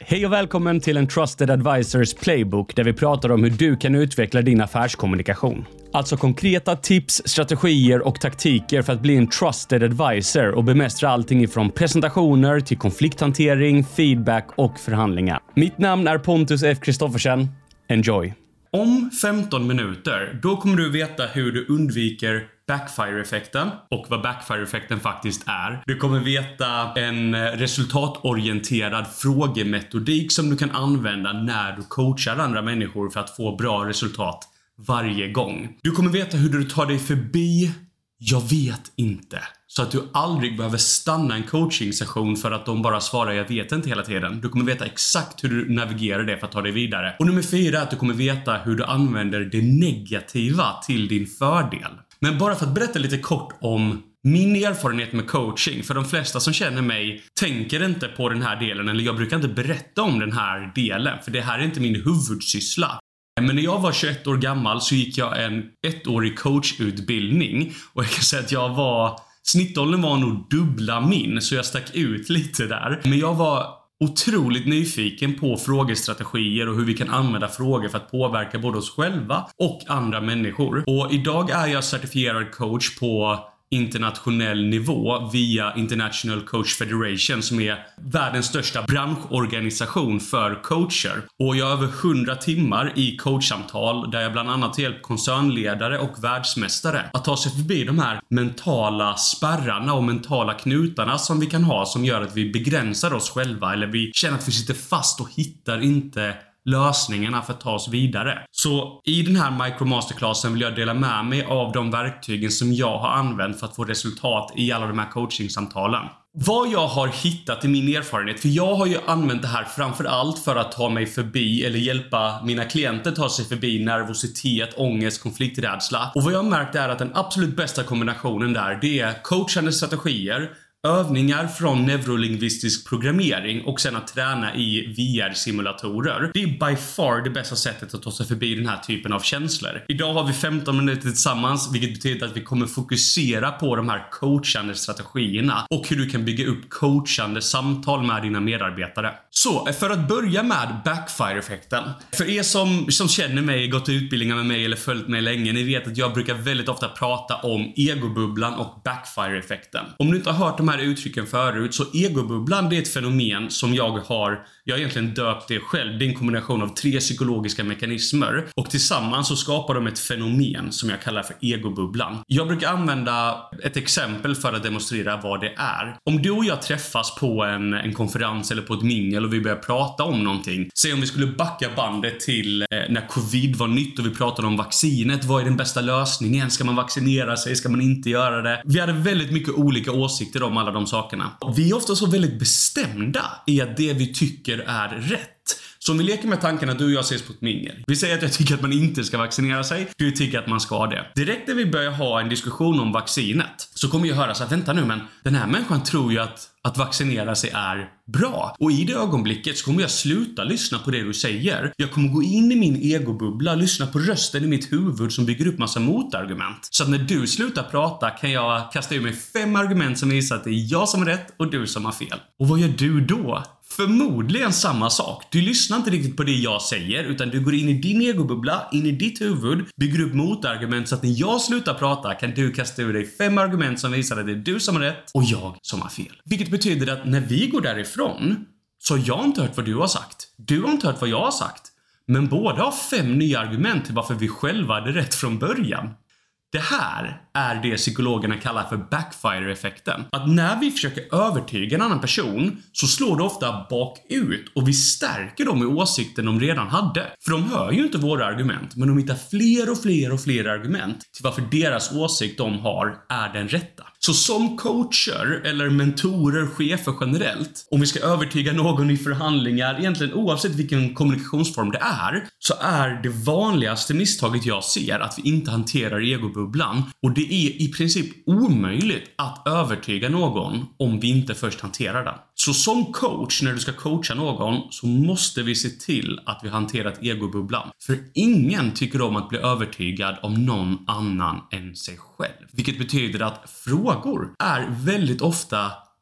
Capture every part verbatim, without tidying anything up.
Hej och välkommen till en Trusted Advisors Playbook där vi pratar om hur du kan utveckla din affärskommunikation. Alltså konkreta tips, strategier och taktiker för att bli en Trusted Advisor och bemästra allting ifrån presentationer till konflikthantering, feedback och förhandlingar. Mitt namn är Pontus F. Kristoffersen. Enjoy! Om femton minuter, då kommer du veta hur du undviker backfire-effekten och vad backfire-effekten faktiskt är. Du kommer veta en resultatorienterad frågemetodik som du kan använda när du coachar andra människor för att få bra resultat varje gång. Du kommer veta hur du tar dig förbi jag vet inte. Så att du aldrig behöver stanna en coaching-session för att de bara svarar jag vet inte hela tiden. Du kommer veta exakt hur du navigerar det för att ta dig vidare. Och nummer fyra är att du kommer veta hur du använder det negativa till din fördel. Men bara för att berätta lite kort om min erfarenhet med coaching. För de flesta som känner mig tänker inte på den här delen. Eller jag brukar inte berätta om den här delen. För det här är inte min huvudsyssla. Men när jag var tjugoett år gammal så gick jag en ettårig coachutbildning. Och jag kan säga att jag var... Snittåldern var nog dubbla min, så jag stack ut lite där. Men jag var otroligt nyfiken på frågestrategier och hur vi kan använda frågor för att påverka både oss själva och andra människor. Och idag är jag certifierad coach på internationell nivå via International Coach Federation som är världens största branschorganisation för coacher. Och jag har över hundra timmar i coachsamtal där jag bland annat hjälpt koncernledare och världsmästare att ta sig förbi de här mentala spärrarna och mentala knutarna som vi kan ha som gör att vi begränsar oss själva eller vi känner att vi sitter fast och hittar inte lösningarna för att ta oss vidare. Så i den här micromasterclassen vill jag dela med mig av de verktygen som jag har använt för att få resultat i alla de här coachingsamtalen. Vad jag har hittat i min erfarenhet, för jag har ju använt det här framförallt för att ta mig förbi eller hjälpa mina klienter ta sig förbi nervositet, ångest, konflikträdsla. Och vad jag har märkt är att den absolut bästa kombinationen där, det är coachande strategier, övningar från neurolingvistisk programmering och sen att träna i V R-simulatorer. Det är by far det bästa sättet att ta sig förbi den här typen av känslor. Idag har vi femton minuter tillsammans, vilket betyder att vi kommer fokusera på de här coachande strategierna och hur du kan bygga upp coachande samtal med dina medarbetare. Så, för att börja med backfire-effekten. För er som, som känner mig, gått utbildningar med mig eller följt mig länge, ni vet att jag brukar väldigt ofta prata om egobubblan och backfire-effekten. Om du inte har hört de här uttrycken förut, så egobubblan, det är ett fenomen som jag har, jag har egentligen döpt det själv. Det är en kombination av tre psykologiska mekanismer och tillsammans så skapar de ett fenomen som jag kallar för egobubblan. Jag brukar använda ett exempel för att demonstrera vad det är. Om du och jag träffas på en, en konferens eller på ett mingel och vi börjar prata om någonting. Säg om vi skulle backa bandet till eh, när covid var nytt och vi pratade om vaccinet. Vad är den bästa lösningen? Ska man vaccinera sig? Ska man inte göra det? Vi hade väldigt mycket olika åsikter om alla de sakerna. Vi är ofta så väldigt bestämda i att det vi tycker är rätt. Så om vi leker med tanken att du och jag ses på ett mingel. Vi säger att jag tycker att man inte ska vaccinera sig. Du tycker att man ska det. Direkt när vi börjar ha en diskussion om vaccinet så kommer jag höra så här, vänta nu, men den här människan tror ju att att vaccinera sig är bra. Och i det ögonblicket så kommer jag sluta lyssna på det du säger. Jag kommer gå in i min egobubbla, lyssna på rösten i mitt huvud som bygger upp massa motargument. Så att när du slutar prata kan jag kasta ur mig fem argument som visar att det är jag som är rätt och du som har fel. Och vad gör du då? Förmodligen samma sak. Du lyssnar inte riktigt på det jag säger utan du går in i din egobubbla, in i ditt huvud, bygger upp motargument så att när jag slutar prata kan du kasta ur dig fem argument som visar att det är du som har rätt och jag som har fel. Vilket betyder att när vi går därifrån så har jag inte hört vad du har sagt. Du har inte hört vad jag har sagt. Men båda har fem nya argument till varför vi själva hade rätt från början. Det här är det psykologerna kallar för backfire-effekten. Att när vi försöker övertyga en annan person så slår det ofta bakut och vi stärker dem i åsikten de redan hade. För de hör ju inte våra argument, men de hittar fler och fler och fler argument till varför deras åsikt de har är den rätta. Så som coacher eller mentorer, chefer generellt, om vi ska övertyga någon i förhandlingar, egentligen oavsett vilken kommunikationsform det är, så är det vanligaste misstaget jag ser att vi inte hanterar egobubblan. Och det är i princip omöjligt att övertyga någon om vi inte först hanterar den. Så som coach, när du ska coacha någon, så måste vi se till att vi hanterat egobubblan. För ingen tycker om att bli övertygad om någon annan än sig själv. Vilket betyder att frågor är väldigt ofta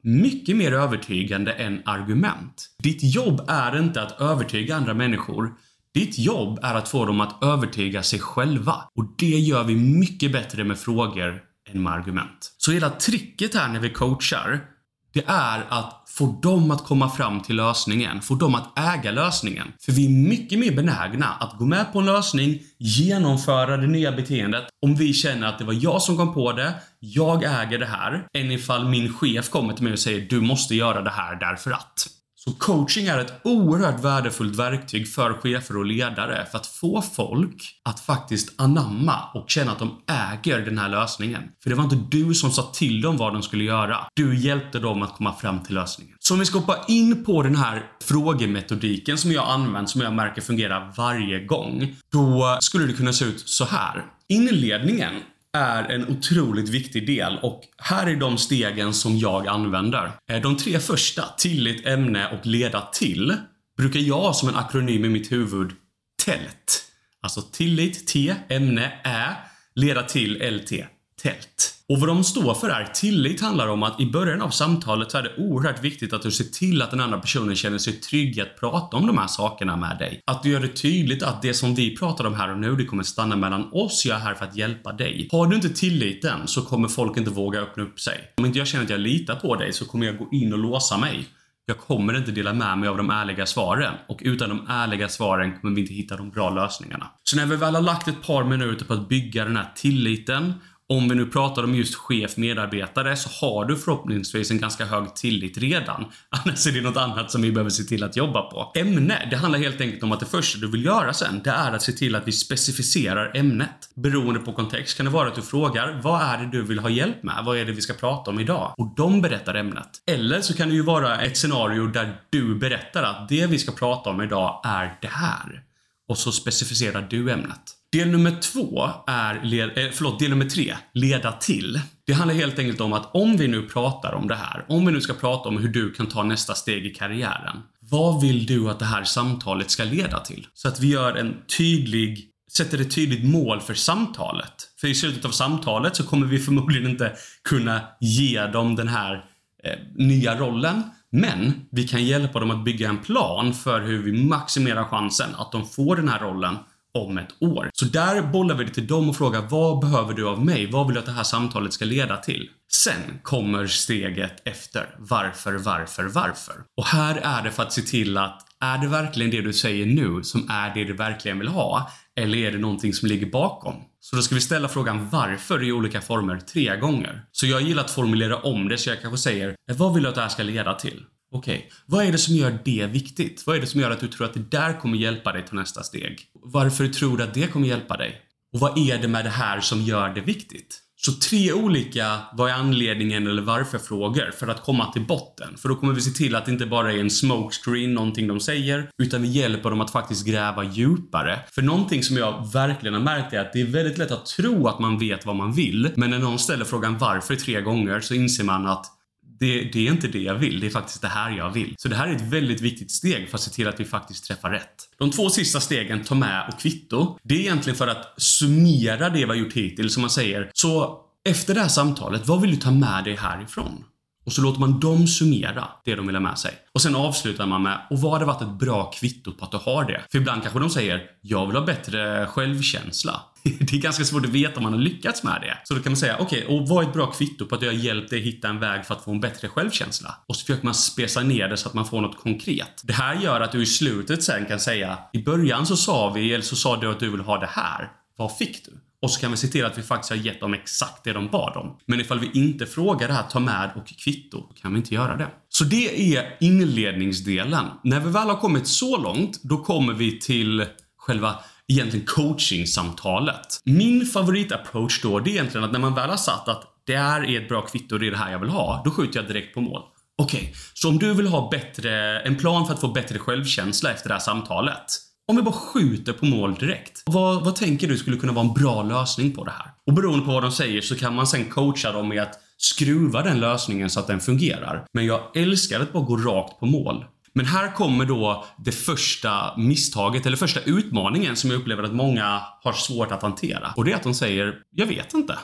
mycket mer övertygande än argument. Ditt jobb är inte att övertyga andra människor. Ditt jobb är att få dem att övertyga sig själva. Och det gör vi mycket bättre med frågor än med argument. Så hela tricket här när vi coachar, det är att få dem att komma fram till lösningen. Få dem att äga lösningen. För vi är mycket mer benägna att gå med på en lösning, genomföra det nya beteendet. Om vi känner att det var jag som kom på det, jag äger det här. Än ifall min chef kommer till mig och säger du måste göra det här därför att. Så coaching är ett oerhört värdefullt verktyg för chefer och ledare för att få folk att faktiskt anamma och känna att de äger den här lösningen. För det var inte du som sa till dem vad de skulle göra. Du hjälpte dem att komma fram till lösningen. Så om vi ska hoppa in på den här frågemetodiken som jag använder, som jag märker fungerar varje gång, då skulle det kunna se ut så här. Inledningen är en otroligt viktig del och här är de stegen som jag använder. De tre första, tillit, ämne och leda till, brukar jag som en akronym i mitt huvud tält. Alltså tillit, T, ämne, Ä, leda till, L T, tält. Och vad de står för är, tillit handlar om att i början av samtalet så är det oerhört viktigt att du ser till att den andra personen känner sig trygg att prata om de här sakerna med dig. Att du gör det tydligt att det som vi pratar om här och nu, det kommer stanna mellan oss, jag är här för att hjälpa dig. Har du inte tilliten så kommer folk inte våga öppna upp sig. Om inte jag känner att jag litar på dig så kommer jag gå in och låsa mig. Jag kommer inte dela med mig av de ärliga svaren. Och utan de ärliga svaren kommer vi inte hitta de bra lösningarna. Så när vi väl har lagt ett par minuter på att bygga den här tilliten, om vi nu pratar om just chef-medarbetare, så har du förhoppningsvis en ganska hög tillit redan. Annars är det något annat som vi behöver se till att jobba på. Ämne, det handlar helt enkelt om att det första du vill göra sen, det är att se till att vi specificerar ämnet. Beroende på kontext kan det vara att du frågar, vad är det du vill ha hjälp med? Vad är det vi ska prata om idag? Och de berättar ämnet. Eller så kan det ju vara ett scenario där du berättar att det vi ska prata om idag är det här. Och så specificerar du ämnet. Del nummer två är, eh, förlåt, del nummer tre, leda till. Det handlar helt enkelt om att om vi nu pratar om det här, om vi nu ska prata om hur du kan ta nästa steg i karriären, vad vill du att det här samtalet ska leda till? Så att vi gör en tydlig, sätter ett tydligt mål för samtalet. För i slutet av samtalet så kommer vi förmodligen inte kunna ge dem den här eh, nya rollen. Men vi kan hjälpa dem att bygga en plan för hur vi maximerar chansen att de får den här rollen om ett år. Så där bollar vi det till dem och frågar, vad behöver du av mig? Vad vill du att det här samtalet ska leda till? Sen kommer steget efter. Varför, varför, varför? Och här är det för att se till att är det verkligen det du säger nu som är det du verkligen vill ha? Eller är det någonting som ligger bakom? Så då ska vi ställa frågan varför i olika former tre gånger. Så jag gillar att formulera om det, så jag kanske säger, vad vill du att det här ska leda till? Okej, okay. Vad är det som gör det viktigt? Vad är det som gör att du tror att det där kommer hjälpa dig till nästa steg? Varför tror du att det kommer hjälpa dig? Och vad är det med det här som gör det viktigt? Så tre olika vad är anledningen eller varför frågor för att komma till botten. För då kommer vi se till att det inte bara är en smokescreen, någonting de säger, utan vi hjälper dem att faktiskt gräva djupare. För någonting som jag verkligen har märkt är att det är väldigt lätt att tro att man vet vad man vill. Men när någon ställer frågan varför tre gånger så inser man att Det, det är inte det jag vill, det är faktiskt det här jag vill. Så det här är ett väldigt viktigt steg för att se till att vi faktiskt träffar rätt. De två sista stegen, ta med och kvitto, det är egentligen för att summera det vi har gjort hittills, som man säger. Så efter det här samtalet, vad vill du ta med dig härifrån? Och så låter man dem summera det de vill ha med sig. Och sen avslutar man med, och vad hade varit ett bra kvitto på att du har det? För ibland kanske de säger, jag vill ha bättre självkänsla. Det är ganska svårt att veta om man har lyckats med det. Så då kan man säga, okej, okay, och vad är ett bra kvitto på att jag har hjälpt dig hitta en väg för att få en bättre självkänsla? Och så försöker man spesa ner det så att man får något konkret. Det här gör att du i slutet sen kan säga, i början så sa vi, eller så sa du att du vill ha det här. Vad fick du? Och så kan vi se till att vi faktiskt har gett dem exakt det de bad om. Men ifall vi inte frågar det här, ta med och kvitto, kan vi inte göra det. Så det är inledningsdelen. När vi väl har kommit så långt, då kommer vi till själva egentligen coaching-samtalet. Min favoritapproach då, det är egentligen att när man väl har satt att det här är ett bra kvitto, det är det här jag vill ha, då skjuter jag direkt på mål. Okej, okay, så om du vill ha bättre, en plan för att få bättre självkänsla efter det här samtalet, om vi bara skjuter på mål direkt, vad, vad tänker du skulle kunna vara en bra lösning på det här? Och beroende på vad de säger så kan man sen coacha dem med att skruva den lösningen så att den fungerar. Men jag älskar att bara gå rakt på mål. Men här kommer då det första misstaget eller första utmaningen som jag upplever att många har svårt att hantera. Och det är att de säger, jag vet inte.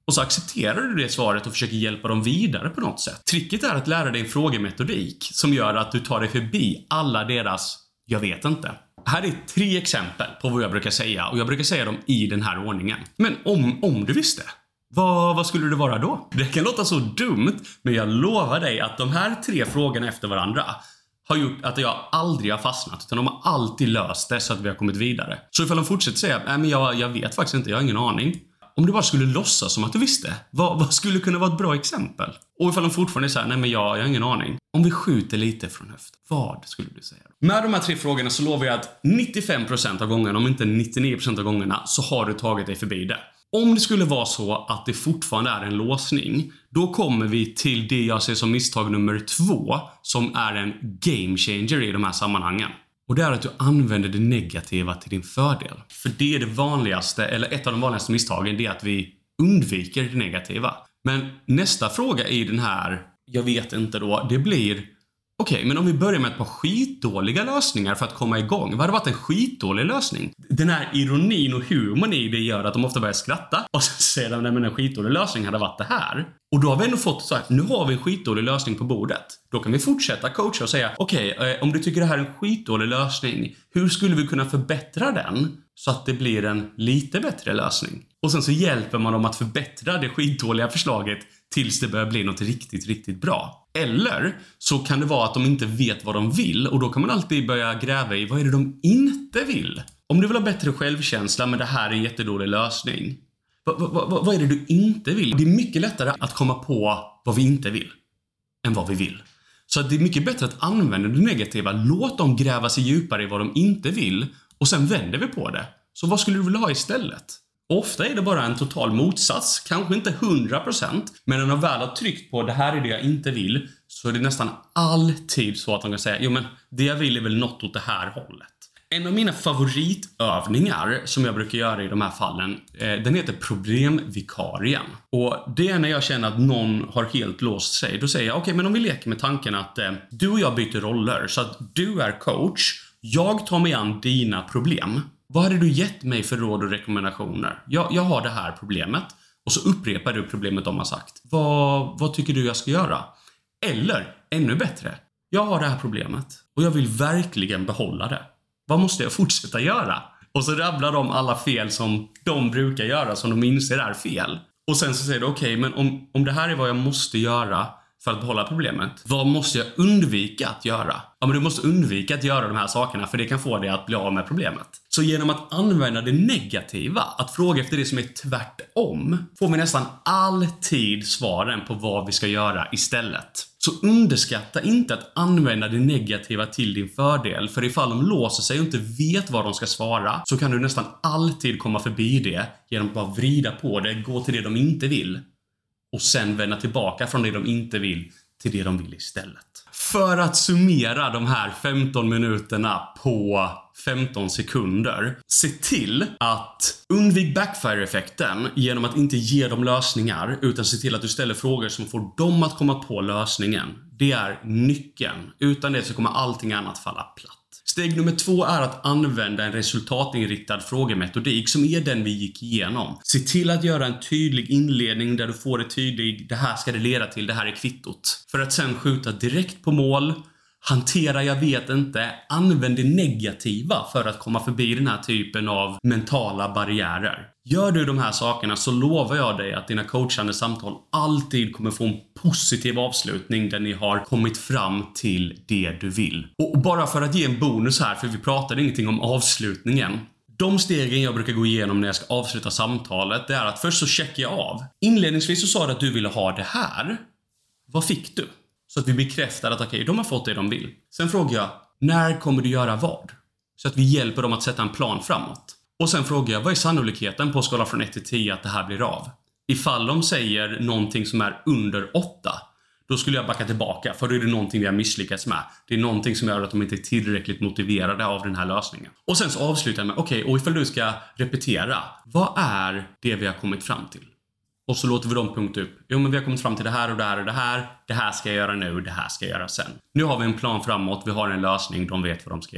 Och så accepterar du det svaret och försöker hjälpa dem vidare på något sätt. Tricket är att lära dig en frågemetodik som gör att du tar dig förbi alla deras jag vet inte. Här är tre exempel på vad jag brukar säga och jag brukar säga dem i den här ordningen. Men om, om du visste, vad, vad skulle det vara då? Det kan låta så dumt, men jag lovar dig att de här tre frågorna efter varandra har gjort att jag aldrig har fastnat, utan de har alltid löst det så att vi har kommit vidare. Så ifall de fortsätter säga, nej men jag, jag vet faktiskt inte, jag har ingen aning. Om du bara skulle låtsas som att du visste, vad, vad skulle kunna vara ett bra exempel? Och ifall de fortfarande säger, nej men jag, jag har ingen aning. Om vi skjuter lite från höft, vad skulle du säga? Med de här tre frågorna så lovar jag att nittiofem procent av gångerna, om inte nittionio procent av gångerna, så har du tagit dig förbi det. Om det skulle vara så att det fortfarande är en låsning, då kommer vi till det jag ser som misstag nummer två, som är en game changer i de här sammanhangen. Och det är att du använder det negativa till din fördel. För det är det vanligaste, eller ett av de vanligaste misstagen, det är att vi undviker det negativa. Men nästa fråga i den här, jag vet inte då, det blir okej, okay, men om vi börjar med ett par skitdåliga lösningar för att komma igång. Vad hade varit en skitdålig lösning? Den här ironin och humorn i det gör att de ofta börjar skratta. Och så säger de, nej men en skitdålig lösning hade varit det här. Och då har vi ändå fått så här, nu har vi en skitdålig lösning på bordet. Då kan vi fortsätta coacha och säga, okej, okay, eh, om du tycker det här är en skitdålig lösning, hur skulle vi kunna förbättra den så att det blir en lite bättre lösning? Och sen så hjälper man dem att förbättra det skitdåliga förslaget tills det börjar bli något riktigt, riktigt bra. Eller så kan det vara att de inte vet vad de vill och då kan man alltid börja gräva i vad är det de inte vill. Om du vill ha bättre självkänsla men det här är en jättedålig lösning. Vad, vad, vad, vad är det du inte vill? Det är mycket lättare att komma på vad vi inte vill än vad vi vill. Så det är mycket bättre att använda det negativa. Låt dem gräva sig djupare i vad de inte vill och sen vänder vi på det. Så vad skulle du vilja ha istället? Ofta är det bara en total motsats, kanske inte hundra procent, men när de väl har tryckt på det här är det jag inte vill, så är det nästan alltid så att de kan säga, jo men det jag vill är väl något åt det här hållet. En av mina favoritövningar som jag brukar göra i de här fallen, eh, den heter problemvikarien. Och det är när jag känner att någon har helt låst sig, då säger jag, okej okay, men om vi leker med tanken att eh, du och jag byter roller, så att du är coach, jag tar mig an dina problem. Vad hade du gett mig för råd och rekommendationer? Jag, jag har det här problemet. Och så upprepar du problemet de har sagt. Vad, vad tycker du jag ska göra? Eller, ännu bättre. Jag har det här problemet. Och jag vill verkligen behålla det. Vad måste jag fortsätta göra? Och så rabblar de alla fel som de brukar göra. Som de inser är fel. Och sen så säger du, okej, okay, men om, om det här är vad jag måste göra för att behålla problemet, vad måste jag undvika att göra? Ja, men du måste undvika att göra de här sakerna, för det kan få dig att bli av med problemet. Så genom att använda det negativa, att fråga efter det som är tvärtom, får vi nästan alltid svaren på vad vi ska göra istället. Så underskatta inte att använda det negativa till din fördel, för ifall de låser sig och inte vet vad de ska svara, så kan du nästan alltid komma förbi det genom att bara vrida på det, gå till det de inte vill. Och sen vända tillbaka från det de inte vill till det de vill istället. För att summera de här femton minuterna på femton sekunder. Se till att undvik backfire-effekten genom att inte ge dem lösningar, utan se till att du ställer frågor som får dem att komma på lösningen. Det är nyckeln. Utan det så kommer allting annat falla platt. Steg nummer två är att använda en resultatinriktad frågemetodik som är den vi gick igenom. Se till att göra en tydlig inledning där du får det tydligt, det här ska det leda till, det här är kvittot. För att sen skjuta direkt på mål, hantera jag vet inte, använd det negativa för att komma förbi den här typen av mentala barriärer. Gör du de här sakerna så lovar jag dig att dina coachande samtal alltid kommer få en positiv avslutning där ni har kommit fram till det du vill. Och bara för att ge en bonus här, för vi pratade ingenting om avslutningen. De stegen jag brukar gå igenom när jag ska avsluta samtalet, det är att först så checkar jag av. Inledningsvis så sa du att du ville ha det här. Vad fick du? Så att vi bekräftar att okej, okay, de har fått det de vill. Sen frågar jag, när kommer du göra vad? Så att vi hjälper dem att sätta en plan framåt. Och sen frågar jag, vad är sannolikheten på skala från ett till tio att det här blir av? Ifall de säger någonting som är under åtta, då skulle jag backa tillbaka. För då är det någonting vi har misslyckats med. Det är någonting som gör att de inte är tillräckligt motiverade av den här lösningen. Och sen så avslutar jag med, okej, okay, och ifall du ska repetera, vad är det vi har kommit fram till? Och så låter vi dem punkta upp. Jo, men vi har kommit fram till det här och det här och det här. Det här ska jag göra nu, det här ska jag göra sen. Nu har vi en plan framåt, vi har en lösning, de vet vad de ska göra.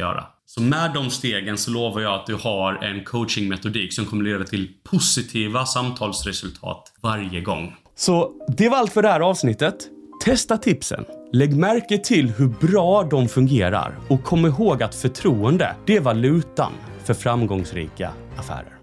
Så med de stegen så lovar jag att du har en coachingmetodik som kommer leda till positiva samtalsresultat varje gång. Så det var allt för det här avsnittet. Testa tipsen. Lägg märke till hur bra de fungerar och kom ihåg att förtroende, det är valutan för framgångsrika affärer.